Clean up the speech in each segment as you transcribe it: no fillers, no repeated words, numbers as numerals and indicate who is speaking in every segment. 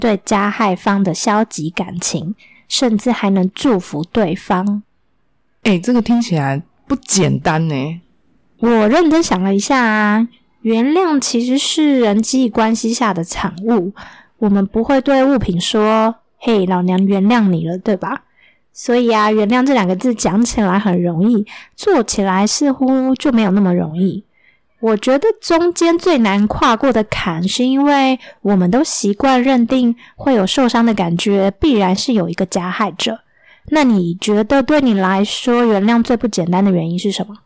Speaker 1: 对加害方的消极感情，甚至还能祝福对方。
Speaker 2: 这个听起来不简单呢。
Speaker 1: 我认真想了一下啊，原谅其实是人际关系下的产物，我们不会对物品说嘿，老娘原谅你了，对吧？所以啊，原谅这两个字讲起来很容易，做起来似乎就没有那么容易。我觉得中间最难跨过的坎，是因为我们都习惯认定会有受伤的感觉，必然是有一个加害者。那你觉得对你来说，原谅最不简单的原因是什么？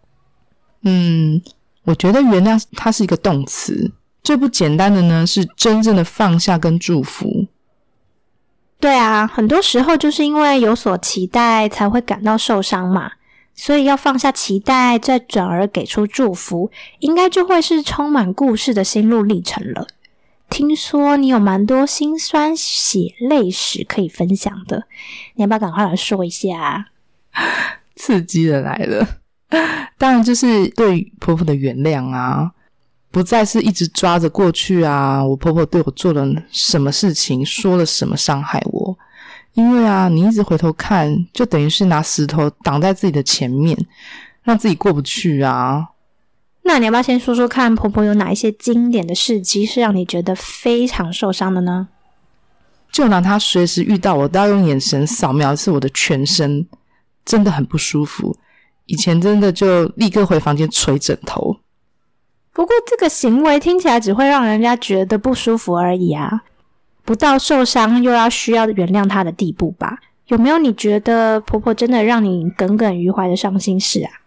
Speaker 2: 我觉得原谅它是一个动词，最不简单的呢是真正的放下跟祝福。
Speaker 1: 对啊，很多时候就是因为有所期待才会感到受伤嘛，所以要放下期待，再转而给出祝福，应该就会是充满故事的心路历程了。听说你有蛮多辛酸血泪史可以分享的，你要不要赶快来说一下啊？
Speaker 2: 刺激的来了。当然就是对婆婆的原谅啊，不再是一直抓着过去啊，我婆婆对我做了什么事情，说了什么伤害我。因为啊，你一直回头看，就等于是拿石头挡在自己的前面，让自己过不去啊。
Speaker 1: 那你要不要先说说看，婆婆有哪一些经典的事迹是让你觉得非常受伤的呢？
Speaker 2: 就拿她随时遇到我都要用眼神扫描一次我的全身，真的很不舒服。以前真的就立刻回房间捶枕头。
Speaker 1: 不过这个行为听起来只会让人家觉得不舒服而已啊，不到受伤又要需要原谅她的地步吧？有没有你觉得婆婆真的让你耿耿于怀的伤心事啊？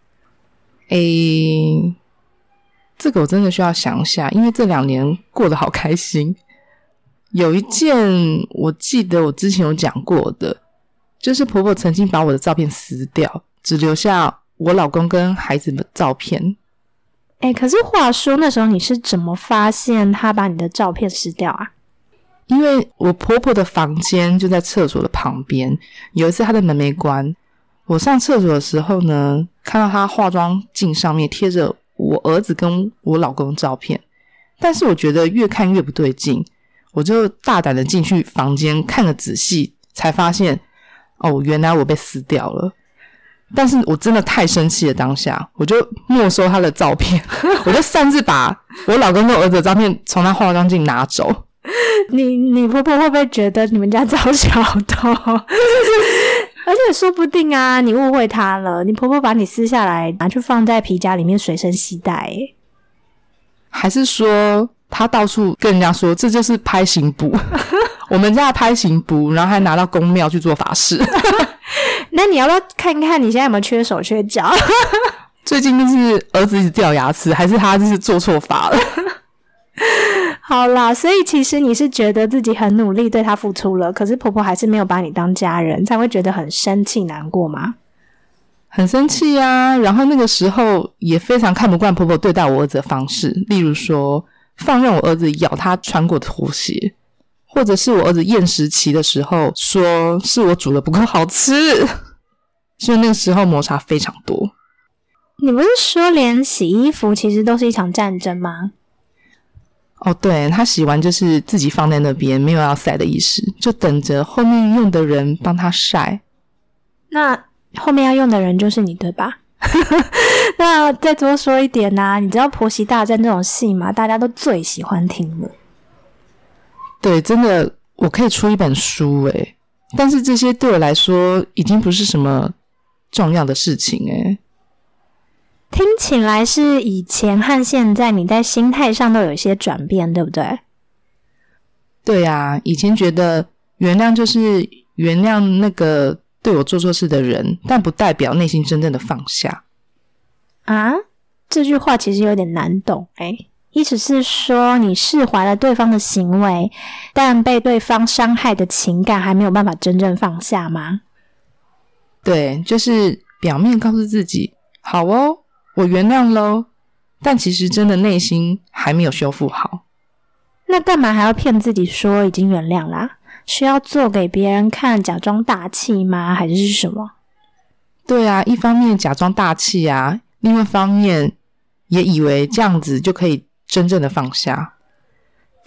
Speaker 2: 这个我真的需要想一下，因为这2年过得好开心。有一件我记得我之前有讲过的，就是婆婆曾经把我的照片撕掉，只留下我老公跟孩子的照片。
Speaker 1: 可是话说那时候你是怎么发现她把你的照片撕掉啊？
Speaker 2: 因为我婆婆的房间就在厕所的旁边，有一次她的门没关，我上厕所的时候呢，看到她化妆镜上面贴着我儿子跟我老公的照片，但是我觉得越看越不对劲，我就大胆的进去房间看个仔细，才发现原来我被撕掉了。但是我真的太生气了，当下我就没收他的照片我就擅自把我老公跟我儿子的照片从他化妆镜拿走。
Speaker 1: 你婆婆会不会觉得你们家遭小偷？而且说不定啊，你误会她了，你婆婆把你撕下来拿去放在皮夹里面随身携带
Speaker 2: 还是说她到处跟人家说这就是拍刑部我们家的拍刑部，然后还拿到公庙去做法事
Speaker 1: 那你要不要看看你现在有没有缺手缺脚？
Speaker 2: 最近就是儿子一直掉牙齿，还是他就是做错法了
Speaker 1: 好啦，所以其实你是觉得自己很努力对他付出了，可是婆婆还是没有把你当家人，才会觉得很生气难过吗？
Speaker 2: 很生气啊，然后那个时候也非常看不惯婆婆对待我儿子的方式，例如说放任我儿子咬他穿过的拖鞋，或者是我儿子厌食期的时候说是我煮的不够好吃，所以那个时候摩擦非常多。
Speaker 1: 你不是说连洗衣服其实都是一场战争吗？
Speaker 2: 对，他洗完就是自己放在那边，没有要晒的意思，就等着后面用的人帮他晒。
Speaker 1: 那后面要用的人就是你，对吧？那再多说一点啊，你知道婆媳大战这种戏吗？大家都最喜欢听了。
Speaker 2: 对，真的我可以出一本书但是这些对我来说已经不是什么重要的事情
Speaker 1: 听起来是以前和现在你在心态上都有一些转变，对不对？
Speaker 2: 对啊，以前觉得原谅就是原谅那个对我做错事的人，但不代表内心真正的放下
Speaker 1: 啊。这句话其实有点难懂意思是说你释怀了对方的行为，但被对方伤害的情感还没有办法真正放下吗？
Speaker 2: 对，就是表面告诉自己好我原谅咯，但其实真的内心还没有修复好。
Speaker 1: 那干嘛还要骗自己说已经原谅啦？是要做给别人看假装大气吗？还是什么？
Speaker 2: 对啊，一方面假装大气啊，另外一方面也以为这样子就可以真正的放下。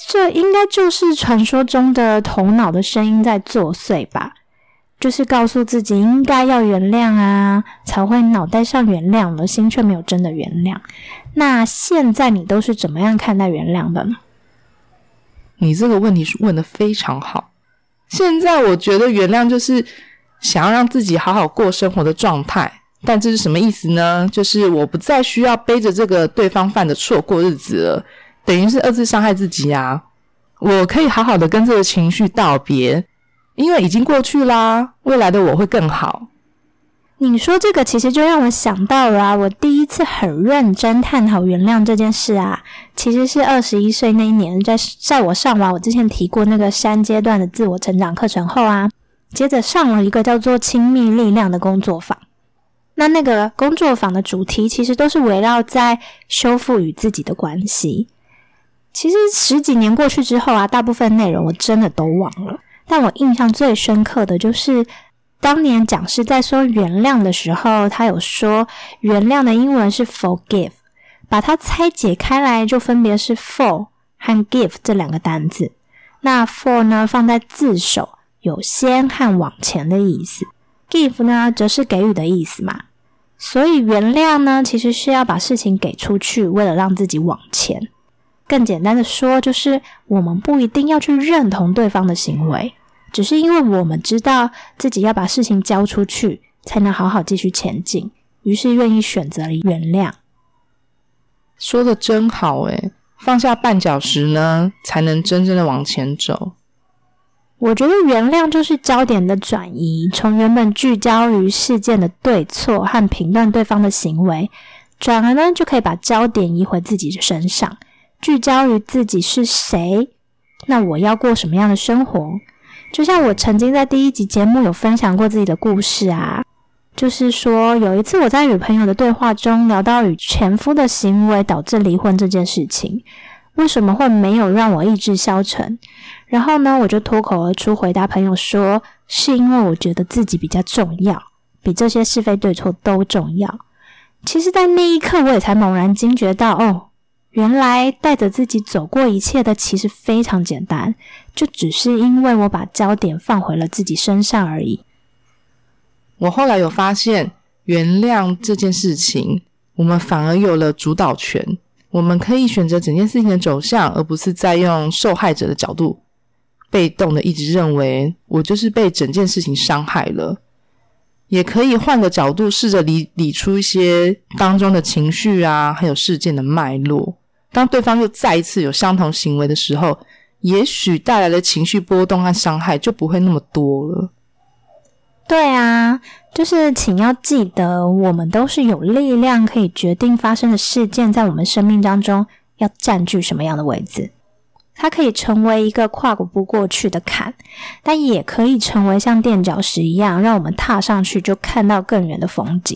Speaker 1: 这应该就是传说中的头脑的声音在作祟吧，就是告诉自己应该要原谅啊，才会脑袋上原谅了，心却没有真的原谅。那现在你都是怎么样看待原谅的呢？
Speaker 2: 你这个问题问得非常好。现在我觉得原谅就是想要让自己好好过生活的状态，但这是什么意思呢？就是我不再需要背着这个对方犯的错过日子了，等于是二次伤害自己啊。我可以好好的跟这个情绪道别，因为已经过去啦，未来的我会更好。
Speaker 1: 你说这个其实就让我想到了啊，我第一次很认真探讨原谅这件事啊，其实是21岁那一年，在我上完我之前提过那个3阶段的自我成长课程后啊，接着上了一个叫做亲密力量的工作坊。那个工作坊的主题其实都是围绕在修复与自己的关系。其实10几年过去之后啊，大部分内容我真的都忘了，但我印象最深刻的就是当年讲师在说原谅的时候，他有说原谅的英文是 forgive， 把它拆解开来就分别是 for 和 give 这2个单字。那 for 呢放在字首，有先和往前的意思， give 呢则是给予的意思嘛。所以原谅呢其实是要把事情给出去，为了让自己往前。更简单的说，就是我们不一定要去认同对方的行为，只是因为我们知道自己要把事情交出去，才能好好继续前进，于是愿意选择了原谅。
Speaker 2: 说得真好耶，放下绊脚石呢，才能真正的往前走。
Speaker 1: 我觉得原谅就是焦点的转移，从原本聚焦于事件的对错和评断对方的行为，转而呢就可以把焦点移回自己的身上，聚焦于自己是谁，那我要过什么样的生活。就像我曾经在第1集节目有分享过自己的故事啊，就是说有一次我在与朋友的对话中聊到与前夫的行为导致离婚这件事情，为什么会没有让我意志消沉，然后呢我就脱口而出回答朋友说，是因为我觉得自己比较重要，比这些是非对错都重要。其实在那一刻我也才猛然惊觉到，原来带着自己走过一切的其实非常简单，就只是因为我把焦点放回了自己身上而已。
Speaker 2: 我后来有发现，原谅这件事情，我们反而有了主导权，我们可以选择整件事情的走向，而不是再用受害者的角度，被动的一直认为我就是被整件事情伤害了。也可以换个角度，试着理出一些当中的情绪啊，还有事件的脉络。当对方又再一次有相同行为的时候，也许带来的情绪波动和伤害就不会那么多了。
Speaker 1: 对啊，就是请要记得，我们都是有力量可以决定发生的事件在我们生命当中要占据什么样的位置。它可以成为一个跨不过去的坎，但也可以成为像垫脚石一样，让我们踏上去就看到更远的风景。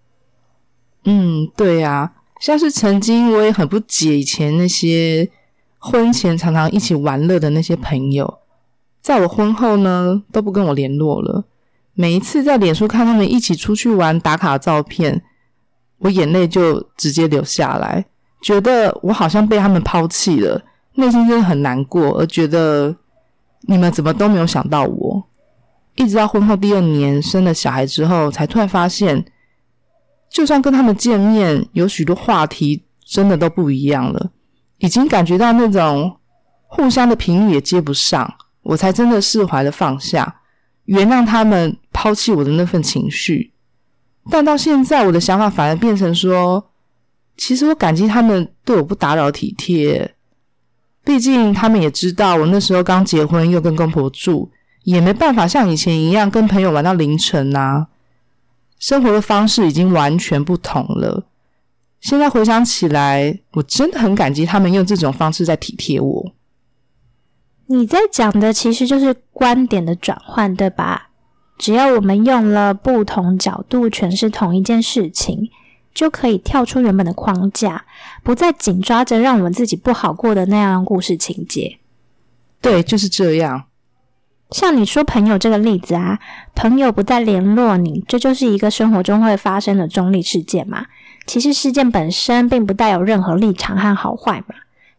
Speaker 2: 对啊，像是曾经我也很不解以前那些婚前常常一起玩乐的那些朋友，在我婚后呢都不跟我联络了。每一次在脸书看他们一起出去玩打卡的照片，我眼泪就直接流下来，觉得我好像被他们抛弃了，内心真的很难过，而觉得你们怎么都没有想到我。一直到婚后第2年生了小孩之后，才突然发现，就算跟他们见面，有许多话题真的都不一样了，已经感觉到那种互相的频率也接不上，我才真的释怀了放下，原谅他们抛弃我的那份情绪。但到现在我的想法反而变成说，其实我感激他们对我不打扰体贴，毕竟他们也知道我那时候刚结婚又跟公婆住，也没办法像以前一样跟朋友玩到凌晨啊，生活的方式已经完全不同了。现在回想起来，我真的很感激他们用这种方式在体贴我。
Speaker 1: 你在讲的其实就是观点的转换，对吧？只要我们用了不同角度诠释同一件事情，就可以跳出原本的框架，不再紧抓着让我们自己不好过的那样故事情节。
Speaker 2: 对，就是这样。
Speaker 1: 像你说朋友这个例子啊，朋友不再联络你，这就是一个生活中会发生的中立事件嘛。其实事件本身并不带有任何立场和好坏嘛，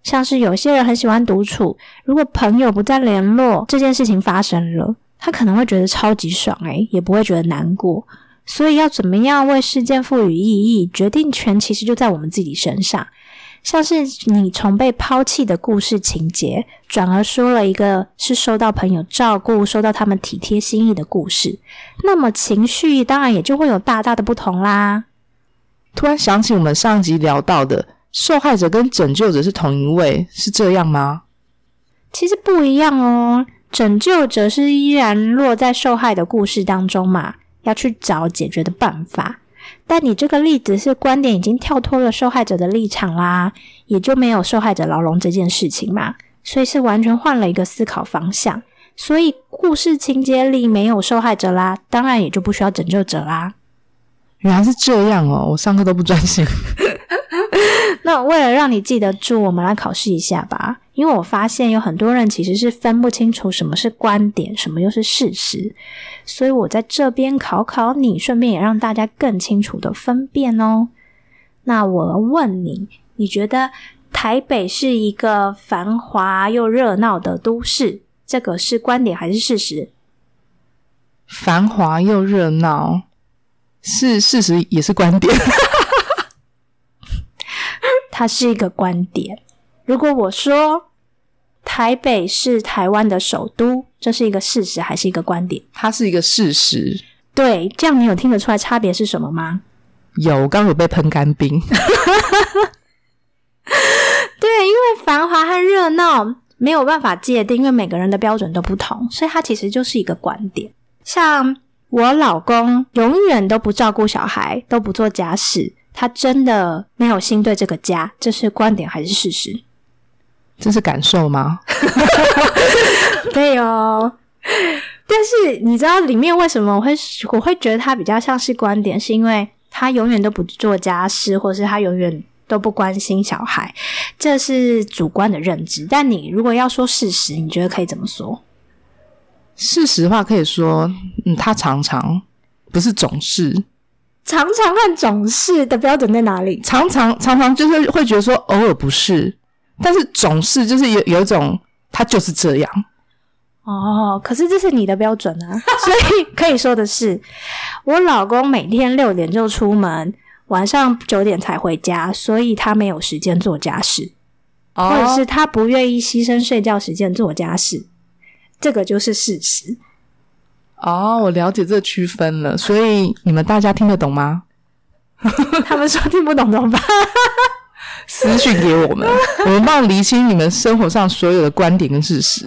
Speaker 1: 像是有些人很喜欢独处，如果朋友不再联络，这件事情发生了，他可能会觉得超级爽也不会觉得难过。所以要怎么样为事件赋予意义，决定权其实就在我们自己身上。像是你从被抛弃的故事情节，转而说了一个是受到朋友照顾，受到他们体贴心意的故事，那么情绪当然也就会有大大的不同啦。
Speaker 2: 突然想起我们上集聊到的受害者跟拯救者是同一位，是这样吗？
Speaker 1: 其实不一样哦，拯救者是依然落在受害的故事当中嘛，要去找解决的办法。但你这个例子是观点已经跳脱了受害者的立场啦，也就没有受害者牢笼这件事情嘛，所以是完全换了一个思考方向。所以故事情节里没有受害者啦，当然也就不需要拯救者啦。
Speaker 2: 原来是这样哦，我上课都不专心。
Speaker 1: 那为了让你记得住，我们来考试一下吧。因为我发现有很多人其实是分不清楚什么是观点，什么又是事实，所以我在这边考考你，顺便也让大家更清楚的分辨哦。那我问你，你觉得台北是一个繁华又热闹的都市，这个是观点还是事实？
Speaker 2: 繁华又热闹是事实，也是观点。
Speaker 1: 它是一个观点。如果我说台北是台湾的首都，这是一个事实还是一个观点？
Speaker 2: 它是一个事实。
Speaker 1: 对，这样你有听得出来差别是什么吗？
Speaker 2: 有，我刚刚有被喷干冰。
Speaker 1: 对，因为繁华和热闹没有办法界定，因为每个人的标准都不同，所以它其实就是一个观点。像我老公永远都不照顾小孩，都不做家事，他真的没有心对这个家，这是观点还是事实？
Speaker 2: 这是感受吗？
Speaker 1: 对哦。但是你知道里面为什么我会觉得他比较像是观点，是因为他永远都不做家事，或是他永远都不关心小孩，这是主观的认知。但你如果要说事实，你觉得可以怎么说？
Speaker 2: 事实的话可以说他常常，不是总是。
Speaker 1: 常常和总是的标准在哪里？
Speaker 2: 常常就是会觉得说偶尔不是，但是总是就是有一种他就是这样。
Speaker 1: 哦，可是这是你的标准啊。所以可以说的是，我老公每天6点就出门，晚上9点才回家，所以他没有时间做家事。或者是他不愿意牺牲睡觉时间做家事，这个就是事实。
Speaker 2: 我了解这区分了，所以你们大家听得懂吗？
Speaker 1: 他们说听不懂怎么办？
Speaker 2: 私讯给我们，我们帮厘清你们生活上所有的观点跟事实。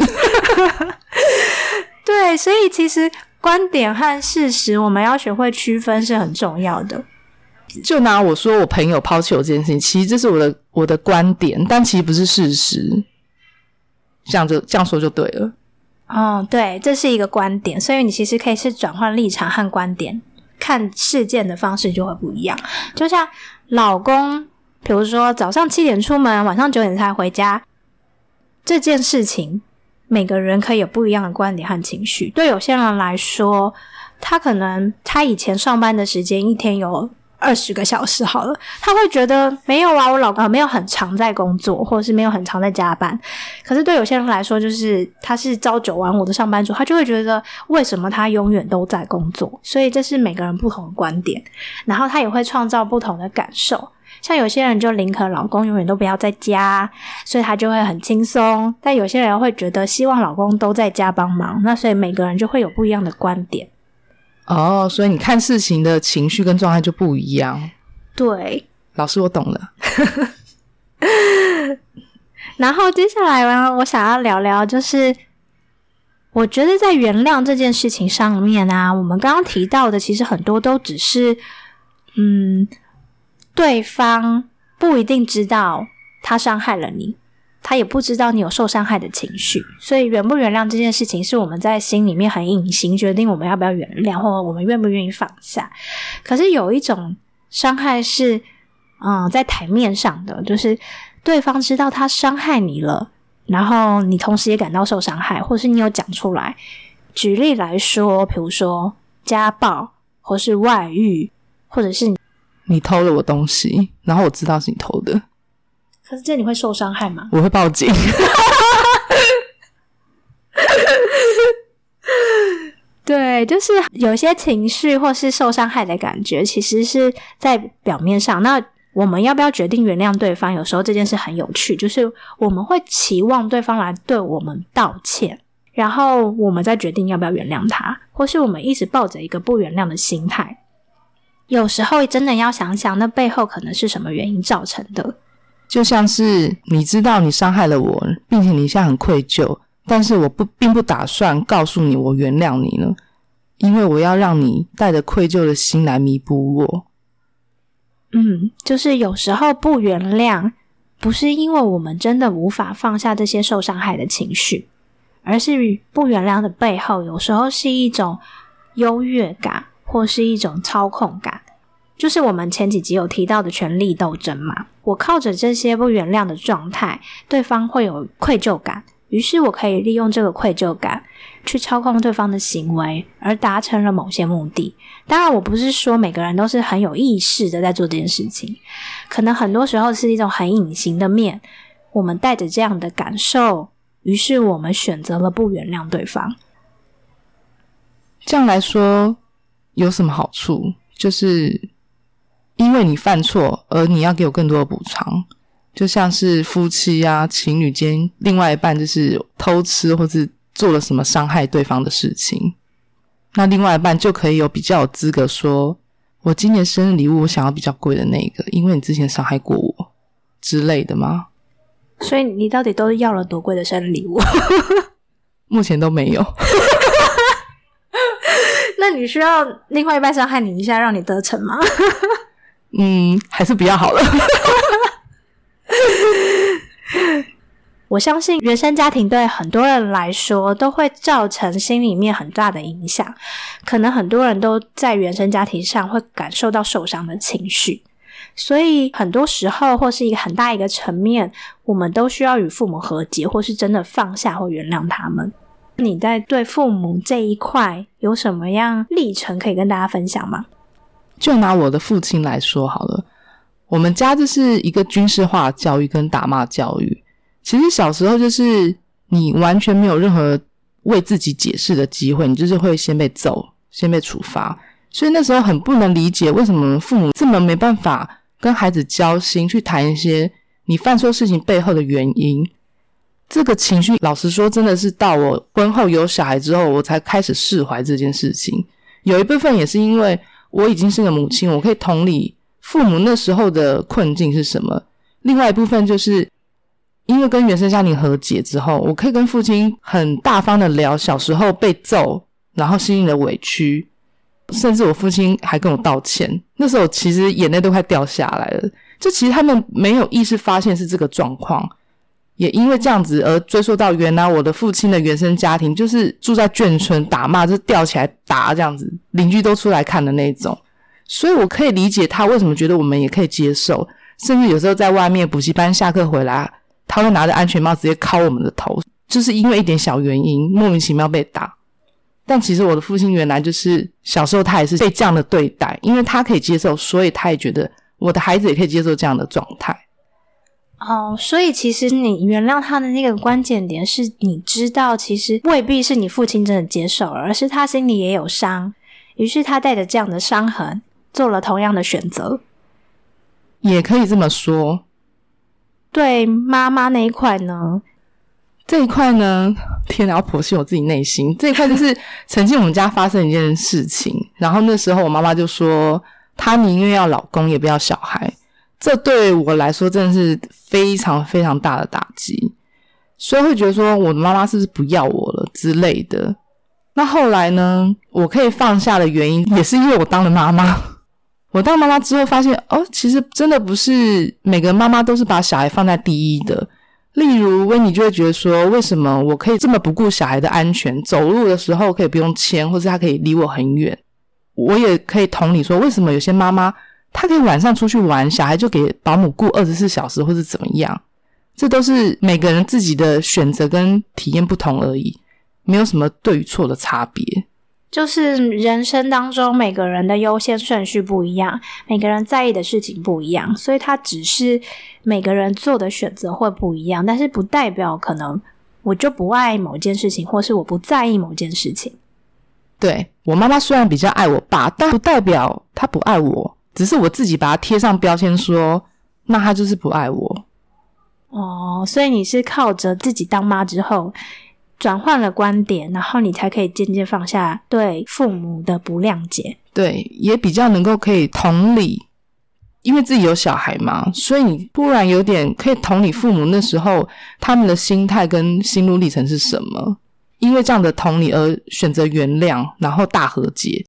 Speaker 1: 对，所以其实观点和事实我们要学会区分是很重要的。
Speaker 2: 就拿我说我朋友抛弃我这件事情，其实这是我的观点，但其实不是事实。这样说就对了。
Speaker 1: 对，这是一个观点，所以你其实可以是转换立场和观点，看事件的方式就会不一样。就像老公比如说早上7点出门，晚上9点才回家，这件事情每个人可以有不一样的观点和情绪。对有些人来说，他以前上班的时间一天有20个小时好了，他会觉得没有啊，我老公没有很常在工作，或者是没有很常在加班。可是对有些人来说，就是他是朝9晚5的上班族，他就会觉得为什么他永远都在工作。所以这是每个人不同的观点，然后他也会创造不同的感受。像有些人就宁可老公永远都不要在家，所以他就会很轻松，但有些人会觉得希望老公都在家帮忙，那所以每个人就会有不一样的观点。
Speaker 2: 所以你看事情的情绪跟状态就不一样。
Speaker 1: 对，
Speaker 2: 老师我懂了。
Speaker 1: 然后接下来呢，我想要聊聊，就是我觉得在原谅这件事情上面啊，我们刚刚提到的其实很多都只是对方不一定知道他伤害了你，他也不知道你有受伤害的情绪，所以原不原谅这件事情是我们在心里面很隐形决定我们要不要原谅，或者我们愿不愿意放下。可是有一种伤害是在台面上的，就是对方知道他伤害你了，然后你同时也感到受伤害，或是你有讲出来。举例来说，比如说家暴，或是外遇，或者是
Speaker 2: 你偷了我东西，然后我知道是你偷的。
Speaker 1: 可是这样你会受伤害吗？
Speaker 2: 我会报警。
Speaker 1: 对，就是有些情绪或是受伤害的感觉，其实是在表面上。那我们要不要决定原谅对方？有时候这件事很有趣，就是我们会期望对方来对我们道歉，然后我们再决定要不要原谅他，或是我们一直抱着一个不原谅的心态。有时候真的要想想，那背后可能是什么原因造成的。
Speaker 2: 就像是你知道你伤害了我，并且你现在很愧疚，但是我并不打算告诉你我原谅你了，因为我要让你带着愧疚的心来弥补我。
Speaker 1: 就是有时候不原谅，不是因为我们真的无法放下这些受伤害的情绪，而是不原谅的背后，有时候是一种优越感，或是一种操控感。就是我们前几集有提到的权力斗争嘛，我靠着这些不原谅的状态，对方会有愧疚感，于是我可以利用这个愧疚感去操控对方的行为，而达成了某些目的。当然我不是说每个人都是很有意识的在做这件事情，可能很多时候是一种很隐形的面，我们带着这样的感受，于是我们选择了不原谅对方。
Speaker 2: 这样来说有什么好处？就是因为你犯错而你要给我更多的补偿，就像是夫妻啊情侣间另外一半就是偷吃或是做了什么伤害对方的事情，那另外一半就可以有比较有资格说，我今年生日礼物我想要比较贵的那个，因为你之前伤害过我之类的吗？
Speaker 1: 所以你到底都要了多贵的生日礼物？
Speaker 2: 目前都没有。
Speaker 1: 那你需要另外一半伤害你一下让你得逞吗？
Speaker 2: 还是不要好了。
Speaker 1: 我相信原生家庭对很多人来说都会造成心里面很大的影响，可能很多人都在原生家庭上会感受到受伤的情绪，所以很多时候或是一个很大一个层面，我们都需要与父母和解，或是真的放下或原谅他们。你在对父母这一块有什么样历程可以跟大家分享吗？
Speaker 2: 就拿我的父亲来说好了，我们家就是一个军事化教育跟打骂教育。其实小时候就是你完全没有任何为自己解释的机会，你就是会先被揍，先被处罚。所以那时候很不能理解为什么父母这么没办法跟孩子交心，去谈一些你犯错事情背后的原因。这个情绪老实说真的是到我婚后有小孩之后我才开始释怀这件事情。有一部分也是因为我已经是个母亲，我可以同理父母那时候的困境是什么。另外一部分就是因为跟原生家庭和解之后，我可以跟父亲很大方的聊小时候被揍然后心里的委屈，甚至我父亲还跟我道歉，那时候其实眼泪都快掉下来了。就其实他们没有意识发现是这个状况，也因为这样子而追溯到原来我的父亲的原生家庭就是住在眷村，打骂就吊起来打这样子，邻居都出来看的那种。所以我可以理解他为什么觉得我们也可以接受，甚至有时候在外面补习班下课回来，他会拿着安全帽直接敲我们的头，就是因为一点小原因莫名其妙被打。但其实我的父亲原来就是小时候他也是被这样的对待，因为他可以接受，所以他也觉得我的孩子也可以接受这样的状态。
Speaker 1: 所以其实你原谅他的那个关键点是你知道其实未必是你父亲真的接受了，而是他心里也有伤，于是他带着这样的伤痕做了同样的选择。
Speaker 2: 也可以这么说。
Speaker 1: 对妈妈那一块呢？
Speaker 2: 这一块呢，天哪，要剖析我自己内心。这一块就是曾经我们家发生一件事情，然后那时候我妈妈就说她宁愿要老公也不要小孩。这对我来说真的是非常非常大的打击，所以会觉得说我的妈妈是不是不要我了之类的。那后来呢，我可以放下的原因也是因为我当了妈妈。我当妈妈之后发现其实真的不是每个妈妈都是把小孩放在第一的。例如温妮就会觉得说，为什么我可以这么不顾小孩的安全，走路的时候可以不用牵，或是他可以离我很远。我也可以同理说，为什么有些妈妈她可以晚上出去玩，小孩就给保姆顾24小时或是怎么样。这都是每个人自己的选择跟体验不同而已，没有什么对与错的差别。
Speaker 1: 就是人生当中每个人的优先顺序不一样，每个人在意的事情不一样，所以它只是每个人做的选择会不一样，但是不代表可能我就不爱某件事情，或是我不在意某件事情。
Speaker 2: 对，我妈妈虽然比较爱我爸，但不代表她不爱我，只是我自己把她贴上标签说，那她就是不爱我。
Speaker 1: 哦，所以你是靠着自己当妈之后转换了观点，然后你才可以渐渐放下对父母的不谅解。
Speaker 2: 对，也比较能够可以同理，因为自己有小孩嘛，所以你突然有点可以同理父母那时候他们的心态跟心路历程是什么，因为这样的同理而选择原谅，然后大和解。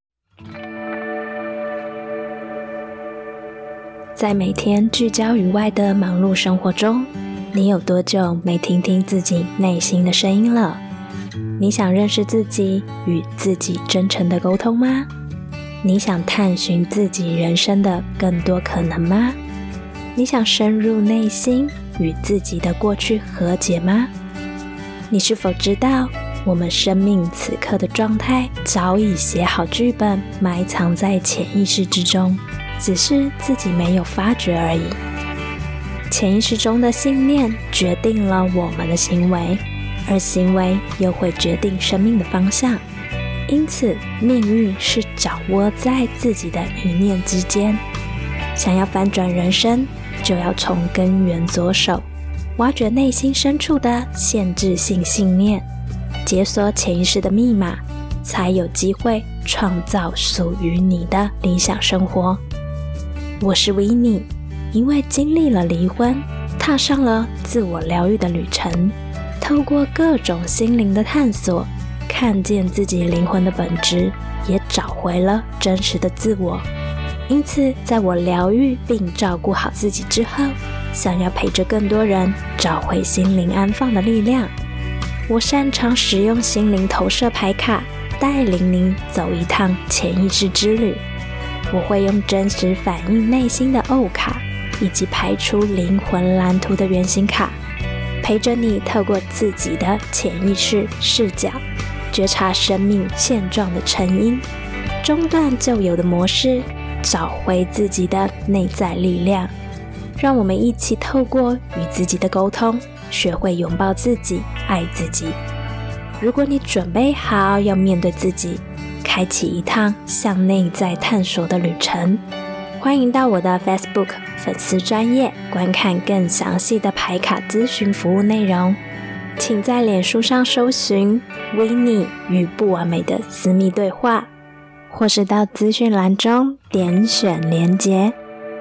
Speaker 1: 在每天聚焦于外的忙碌生活中，你有多久没听听自己内心的声音了？你想认识自己，与自己真诚的沟通吗？你想探寻自己人生的更多可能吗？你想深入内心，与自己的过去和解吗？你是否知道，我们生命此刻的状态早已写好剧本，埋藏在潜意识之中，只是自己没有发觉而已。潜意识中的信念决定了我们的行为，而行为又会决定生命的方向。因此，命运是掌握在自己的一念之间。想要翻转人生，就要从根源着手，挖掘内心深处的限制性信念，解锁潜意识的密码，才有机会创造属于你的理想生活。我是维尼，因为经历了离婚，踏上了自我疗愈的旅程，透过各种心灵的探索，看见自己灵魂的本质，也找回了真实的自我。因此，在我疗愈并照顾好自己之后，想要陪着更多人找回心灵安放的力量。我擅长使用心灵投射牌卡，带领您走一趟潜意识之旅。我会用真实反映内心的欧卡，以及排出灵魂蓝图的原型卡，陪着你透过自己的潜意识视角，觉察生命现状的成因，中断旧有的模式，找回自己的内在力量。让我们一起透过与自己的沟通，学会拥抱自己，爱自己。如果你准备好要面对自己，开启一趟向内在探索的旅程，欢迎到我的 Facebook 粉丝专页观看更详细的牌卡咨询服务内容。请在脸书上搜寻维尼与不完美的私密对话，或是到资讯栏中点选连结。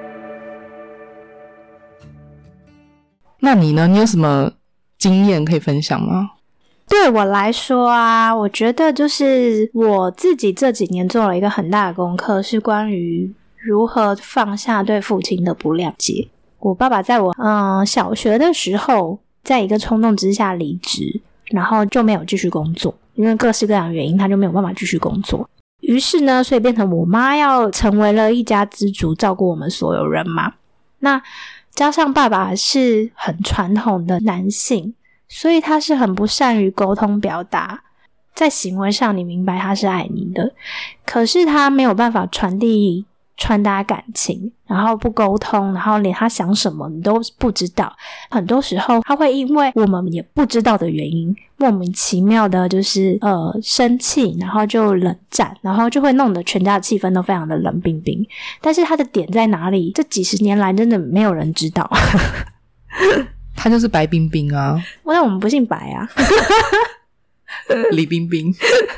Speaker 2: 那你呢？你有什么经验可以分享吗？
Speaker 1: 对我来说啊，我觉得就是我自己这几年做了一个很大的功课，是关于如何放下对父亲的不谅解。我爸爸在我小学的时候，在一个冲动之下离职，然后就没有继续工作，因为各式各样的原因，他就没有办法继续工作。于是呢，所以变成我妈要成为了一家之主，照顾我们所有人嘛。那加上爸爸是很传统的男性，所以他是很不善于沟通表达，在行为上你明白他是爱你的，可是他没有办法传达感情，然后不沟通，然后连他想什么你都不知道。很多时候他会因为我们也不知道的原因，莫名其妙的就是生气，然后就冷战，然后就会弄得全家的气氛都非常的冷冰冰。但是他的点在哪里，这几十年来真的没有人知道。
Speaker 2: 他就是白冰冰啊。
Speaker 1: 那我们不姓白啊。
Speaker 2: 李冰冰。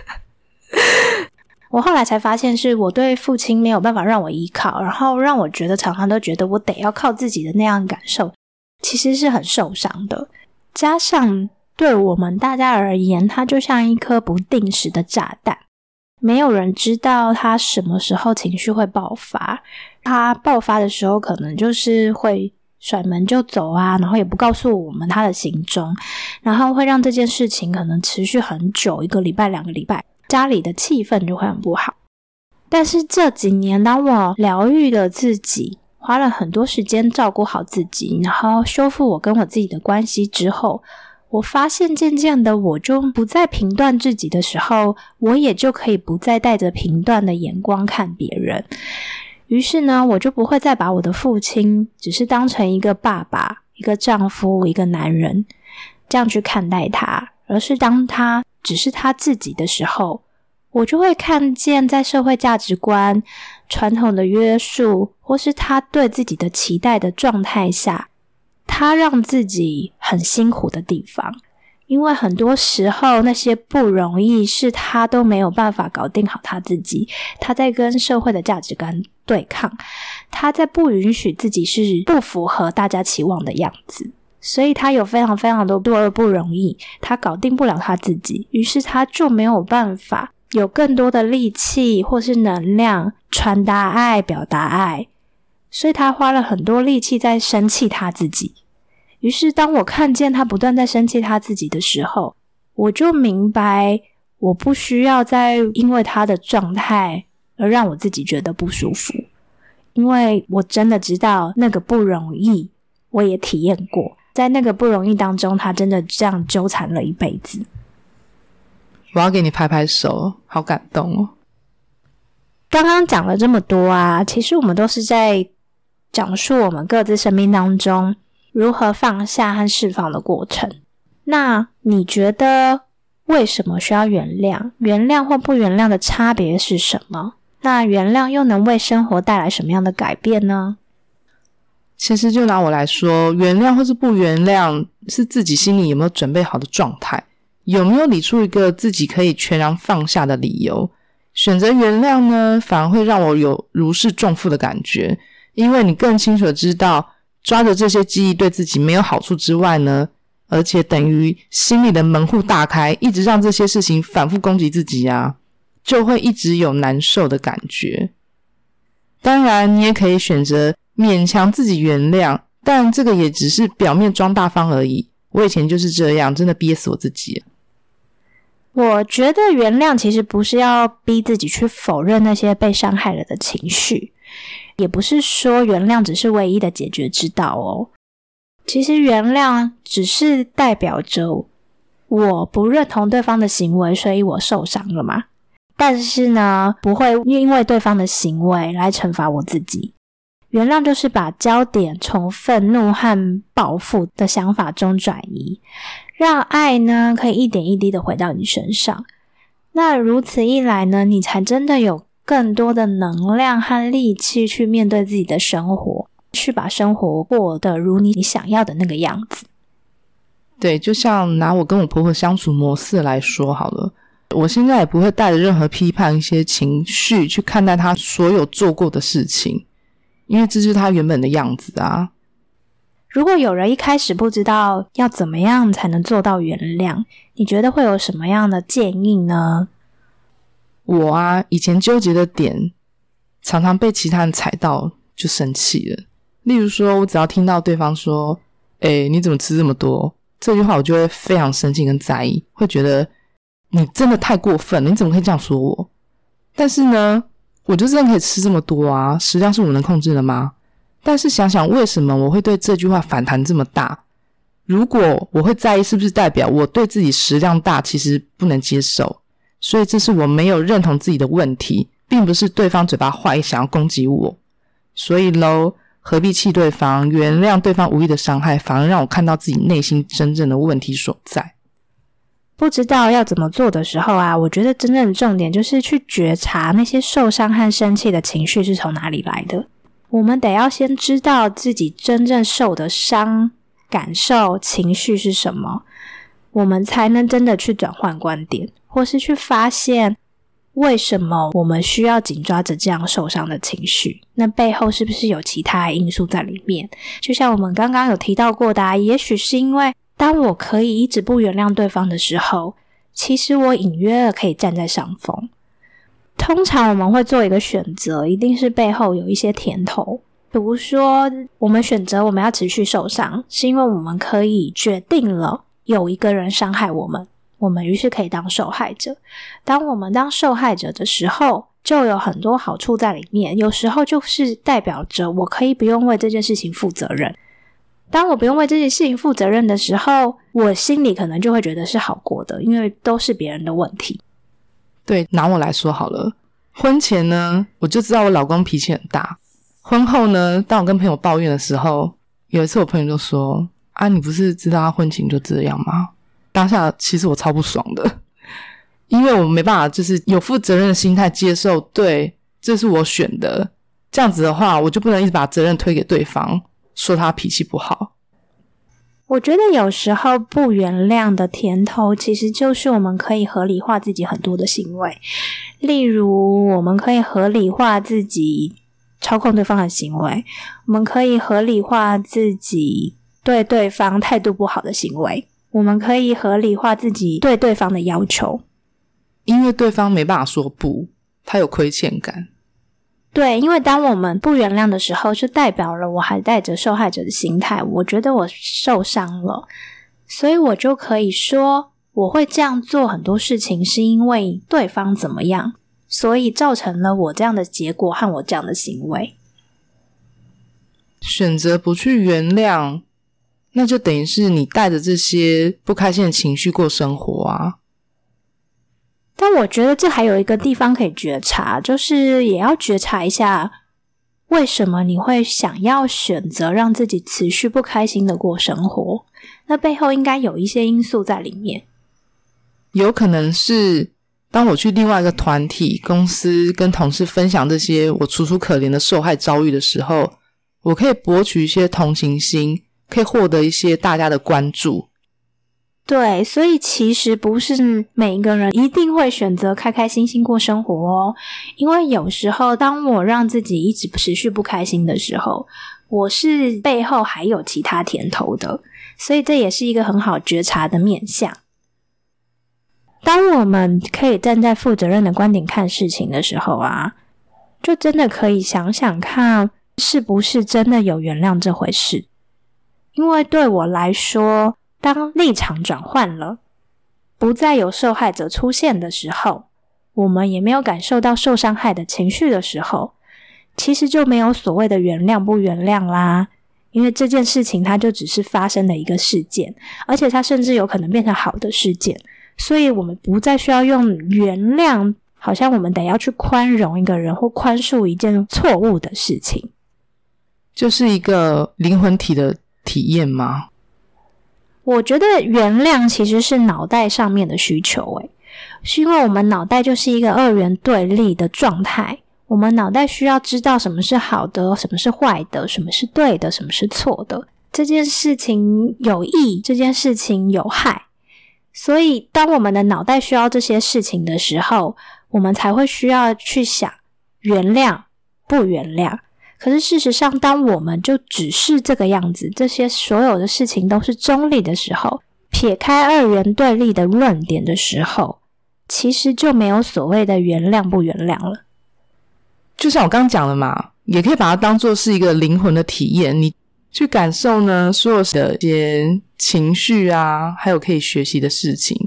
Speaker 1: 我后来才发现，是我对父亲没有办法让我依靠，然后让我觉得常常都觉得我得要靠自己的那样感受，其实是很受伤的。加上对我们大家而言，他就像一颗不定时的炸弹，没有人知道他什么时候情绪会爆发。他爆发的时候可能就是会甩门就走啊，然后也不告诉我们他的行踪，然后会让这件事情可能持续很久，1个礼拜2个礼拜，家里的气氛就会很不好。但是这几年当我疗愈了自己，花了很多时间照顾好自己，然后修复我跟我自己的关系之后， 我发现渐渐的我就不再评断自己的时候，我也就可以不再带着评断的眼光看别人。于是呢，我就不会再把我的父亲只是当成一个爸爸、一个丈夫、一个男人这样去看待他，而是当他只是他自己的时候，我就会看见在社会价值观、传统的约束或是他对自己的期待的状态下，他让自己很辛苦的地方。因为很多时候那些不容易是他都没有办法搞定好他自己，他在跟社会的价值观对抗，他在不允许自己是不符合大家期望的样子，所以他有非常非常多的不容易，他搞定不了他自己，于是他就没有办法有更多的力气或是能量传达爱、表达爱，所以他花了很多力气在生气他自己。于是当我看见他不断在生气他自己的时候，我就明白我不需要再因为他的状态而让我自己觉得不舒服，因为我真的知道那个不容易，我也体验过，在那个不容易当中，他真的这样纠缠了一辈子。
Speaker 2: 我要给你拍拍手，好感动哦。
Speaker 1: 刚刚讲了这么多啊，其实我们都是在讲述我们各自生命当中如何放下和释放的过程。那你觉得为什么需要原谅？原谅或不原谅的差别是什么？那原谅又能为生活带来什么样的改变呢？
Speaker 2: 其实就拿我来说，原谅或是不原谅是自己心里有没有准备好的状态，有没有理出一个自己可以全然放下的理由。选择原谅呢，反而会让我有如释重负的感觉，因为你更清楚的知道抓着这些记忆对自己没有好处之外呢，而且等于心里的门户大开，一直让这些事情反复攻击自己啊，就会一直有难受的感觉。当然你也可以选择勉强自己原谅，但这个也只是表面装大方而已。我以前就是这样，真的憋死我自己。
Speaker 1: 我觉得原谅其实不是要逼自己去否认那些被伤害了的情绪，也不是说原谅只是唯一的解决之道哦。其实原谅只是代表着我不认同对方的行为，所以我受伤了嘛。但是呢，不会因为对方的行为来惩罚我自己。原谅就是把焦点从愤怒和报复的想法中转移，让爱呢可以一点一滴的回到你身上。那如此一来呢，你才真的有更多的能量和力气去面对自己的生活，去把生活过得如你想要的那个样子。
Speaker 2: 对，就像拿我跟我婆婆相处模式来说好了，我现在也不会带着任何批判一些情绪去看待她所有做过的事情，因为这就是她原本的样子啊。
Speaker 1: 如果有人一开始不知道要怎么样才能做到原谅，你觉得会有什么样的建议呢？
Speaker 2: 我啊，以前纠结的点常常被其他人踩到就生气了。例如说，我只要听到对方说你怎么吃这么多，这句话我就会非常生气跟在意，会觉得你真的太过分了，你怎么可以这样说我？但是呢，我就真的可以吃这么多啊，食量是我能控制的吗？但是想想为什么我会对这句话反弹这么大，如果我会在意，是不是代表我对自己食量大其实不能接受？所以这是我没有认同自己的问题，并不是对方嘴巴坏想要攻击我。所以咯，何必气对方？原谅对方无意的伤害，反而让我看到自己内心真正的问题所在。
Speaker 1: 不知道要怎么做的时候啊，我觉得真正的重点就是去觉察那些受伤和生气的情绪是从哪里来的。我们得要先知道自己真正受的伤、感受、情绪是什么，我们才能真的去转换观点，或是去发现为什么我们需要紧抓着这样受伤的情绪，那背后是不是有其他因素在里面。就像我们刚刚有提到过的也许是因为当我可以一直不原谅对方的时候，其实我隐约的可以站在上风。通常我们会做一个选择，一定是背后有一些甜头。比如说我们选择我们要持续受伤，是因为我们可以决定了有一个人伤害我们，我们于是可以当受害者。当我们当受害者的时候，就有很多好处在里面，有时候就是代表着我可以不用为这件事情负责任。 当我不用为这些事情负责任的时候，我心里可能就会觉得是好过的，因为都是别人的问题。
Speaker 2: 对，拿我来说好了，婚前呢，我就知道我老公脾气很大。婚后呢，当我跟朋友抱怨的时候，有一次我朋友就说：“啊，你不是知道他婚前就这样吗？”当下其实我超不爽的，因为我没办法就是有负责任的心态接受，对，这是我选的。这样子的话，我就不能一直把责任推给对方，说他脾气不好。
Speaker 1: 我觉得有时候不原谅的甜头其实就是我们可以合理化自己很多的行为，例如我们可以合理化自己操控对方的行为，我们可以合理化自己对对方态度不好的行为，我们可以合理化自己对对方的要求，
Speaker 2: 因为对方没办法说不，他有亏欠感。
Speaker 1: 对，因为当我们不原谅的时候，就代表了我还带着受害者的心态，我觉得我受伤了，所以我就可以说我会这样做很多事情是因为对方怎么样，所以造成了我这样的结果和我这样的行为。
Speaker 2: 选择不去原谅，那就等于是你带着这些不开心的情绪过生活啊。
Speaker 1: 但我觉得这还有一个地方可以觉察，就是也要觉察一下为什么你会想要选择让自己持续不开心的过生活，那背后应该有一些因素在里面。
Speaker 2: 有可能是当我去另外一个团体公司跟同事分享这些我楚楚可怜的受害遭遇的时候，我可以博取一些同情心，可以获得一些大家的关注。
Speaker 1: 对，所以其实不是每一个人一定会选择开开心心过生活哦，因为有时候当我让自己一直持续不开心的时候，我是背后还有其他甜头的，所以这也是一个很好觉察的面向。当我们可以站在负责任的观点看事情的时候啊，就真的可以想想看是不是真的有原谅这回事。因为对我来说，当立场转换了，不再有受害者出现的时候，我们也没有感受到受伤害的情绪的时候，其实就没有所谓的原谅不原谅啦。因为这件事情它就只是发生的一个事件，而且它甚至有可能变成好的事件，所以我们不再需要用原谅，好像我们得要去宽容一个人或宽恕一件错误的事情。
Speaker 2: 就是一个灵魂体的体验吗？
Speaker 1: 我觉得原谅其实是脑袋上面的需求，是因为我们脑袋就是一个二元对立的状态，我们脑袋需要知道什么是好的，什么是坏的，什么是对的，什么是错的，这件事情有益，这件事情有害，所以当我们的脑袋需要这些事情的时候，我们才会需要去想原谅不原谅。可是事实上，当我们就只是这个样子，这些所有的事情都是中立的时候，撇开二元对立的论点的时候，其实就没有所谓的原谅不原谅了。
Speaker 2: 就像我刚刚讲的嘛，也可以把它当作是一个灵魂的体验，你去感受呢所有的一些情绪啊，还有可以学习的事情。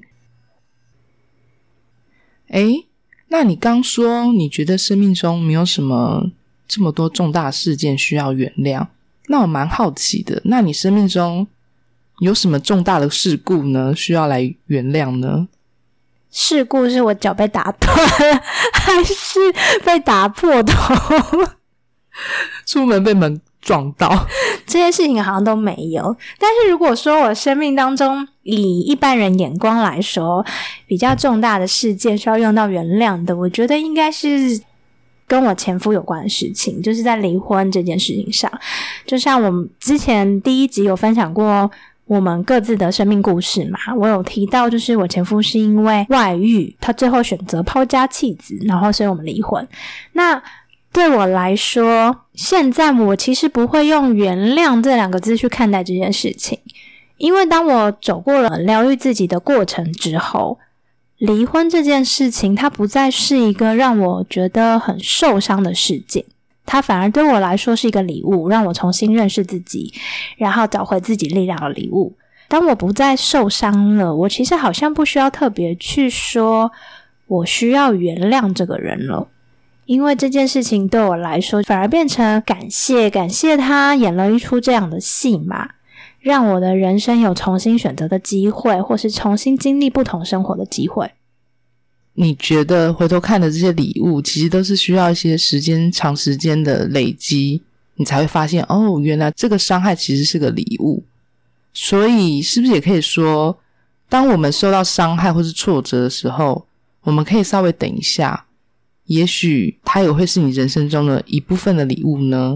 Speaker 2: 那你刚说你觉得生命中没有什么这么多重大事件需要原谅，那我蛮好奇的，那你生命中有什么重大的事故呢需要来原谅呢？
Speaker 1: 事故是我脚被打断了，还是被打破头？
Speaker 2: 出门被门撞到？
Speaker 1: 这些事情好像都没有。但是如果说我生命当中以一般人眼光来说，比较重大的事件需要用到原谅的，我觉得应该是跟我前夫有关的事情，就是在离婚这件事情上。就像我们之前第一集有分享过我们各自的生命故事嘛，我有提到就是我前夫是因为外遇，他最后选择抛家弃子，然后所以我们离婚。那对我来说，现在我其实不会用原谅这两个字去看待这件事情，因为当我走过了疗愈自己的过程之后，离婚这件事情它不再是一个让我觉得很受伤的事件，它反而对我来说是一个礼物，让我重新认识自己，然后找回自己力量的礼物。当我不再受伤了，我其实好像不需要特别去说我需要原谅这个人了，因为这件事情对我来说反而变成感谢他演了一出这样的戏嘛。 让我的人生有重新选择的机会，或是重新经历不同生活的机会。
Speaker 2: 你觉得回头看的这些礼物其实都是需要一些长时间的累积，你才会发现哦，原来这个伤害其实是个礼物。所以是不是也可以说，当我们受到伤害或是挫折的时候，我们可以稍微等一下，也许它也会是你人生中的一部分的礼物呢？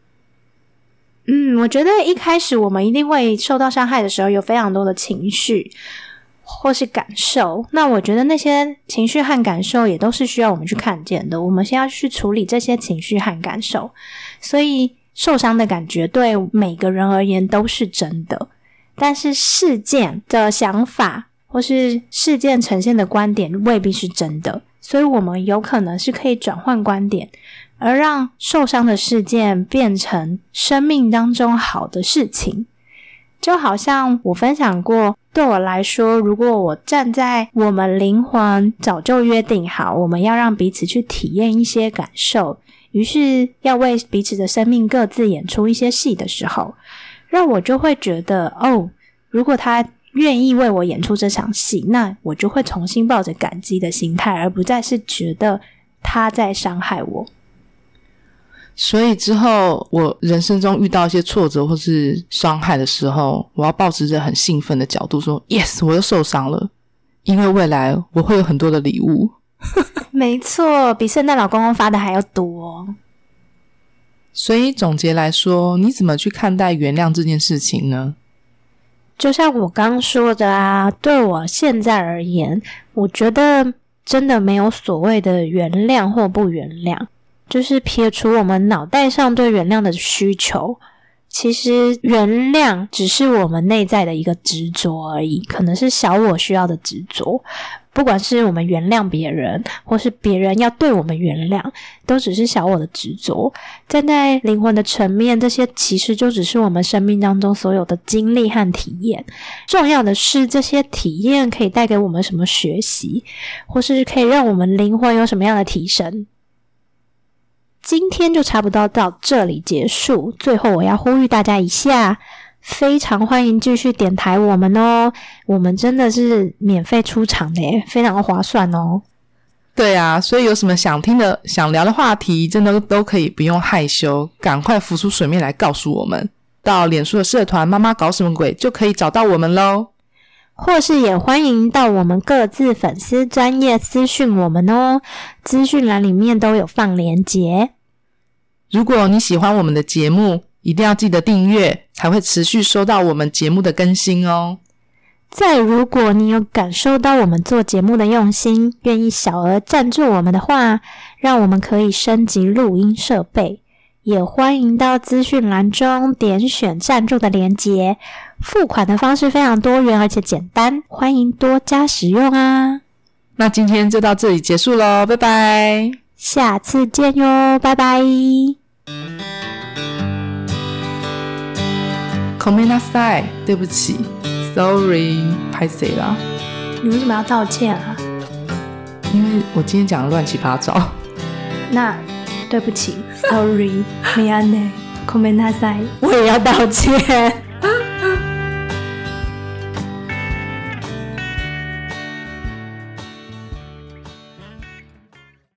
Speaker 1: 我觉得一开始我们一定会受到伤害的时候有非常多的情绪或是感受，那我觉得那些情绪和感受也都是需要我们去看见的，我们先要去处理这些情绪和感受。所以受伤的感觉对每个人而言都是真的，但是事件的想法或是事件呈现的观点未必是真的，所以我们有可能是可以转换观点，而让受伤的事件变成生命当中好的事情。就好像我分享过，对我来说，如果我站在我们灵魂早就约定好我们要让彼此去体验一些感受，于是要为彼此的生命各自演出一些戏的时候，让我就会觉得如果他愿意为我演出这场戏，那我就会重新抱着感激的心态，而不再是觉得他在伤害我。
Speaker 2: 所以之后我人生中遇到一些挫折或是伤害的时候，我要抱持着很兴奋的角度说 Yes， 我又受伤了，因为未来我会有很多的礼物。
Speaker 1: 没错，比圣诞老公公发的还要多。
Speaker 2: 所以总结来说，你怎么去看待原谅这件事情呢？
Speaker 1: 就像我刚说的啊，对我现在而言，我觉得真的没有所谓的原谅或不原谅，就是撇除我们脑袋上对原谅的需求，其实原谅只是我们内在的一个执着而已，可能是小我需要的执着。不管是我们原谅别人，或是别人要对我们原谅，都只是小我的执着。站在灵魂的层面，这些其实就只是我们生命当中所有的经历和体验。重要的是这些体验可以带给我们什么学习，或是可以让我们灵魂有什么样的提升。今天就差不多到这里结束，最后我要呼吁大家一下，非常欢迎继续点台我们哦，我们真的是免费出场的耶，非常划算哦。
Speaker 2: 对啊，所以有什么想听的想聊的话题，真的都可以不用害羞，赶快浮出水面来告诉我们，到脸书的社团妈妈搞什么鬼就可以找到我们咯，
Speaker 1: 或是也欢迎到我们各自粉丝专页私讯我们哦，资讯栏里面都有放连结。
Speaker 2: 如果你喜欢我们的节目，一定要记得订阅，才会持续收到我们节目的更新哦。
Speaker 1: 再如果你有感受到我们做节目的用心，愿意小额赞助我们的话，让我们可以升级录音设备，也欢迎到资讯栏中点选赞助的连结，付款的方式非常多元而且简单，欢迎多加使用啊。
Speaker 2: 那今天就到这里结束咯，拜拜，
Speaker 1: 下次见哟，拜拜。
Speaker 2: ごめんなさい，对不起 ，sorry， 拍谁啦？
Speaker 1: 你为什么要道歉啊？
Speaker 2: 因为我今天讲的乱七八糟。
Speaker 1: 那对不起 ，sorry， 미안해，ごめんなさい，我也要道歉。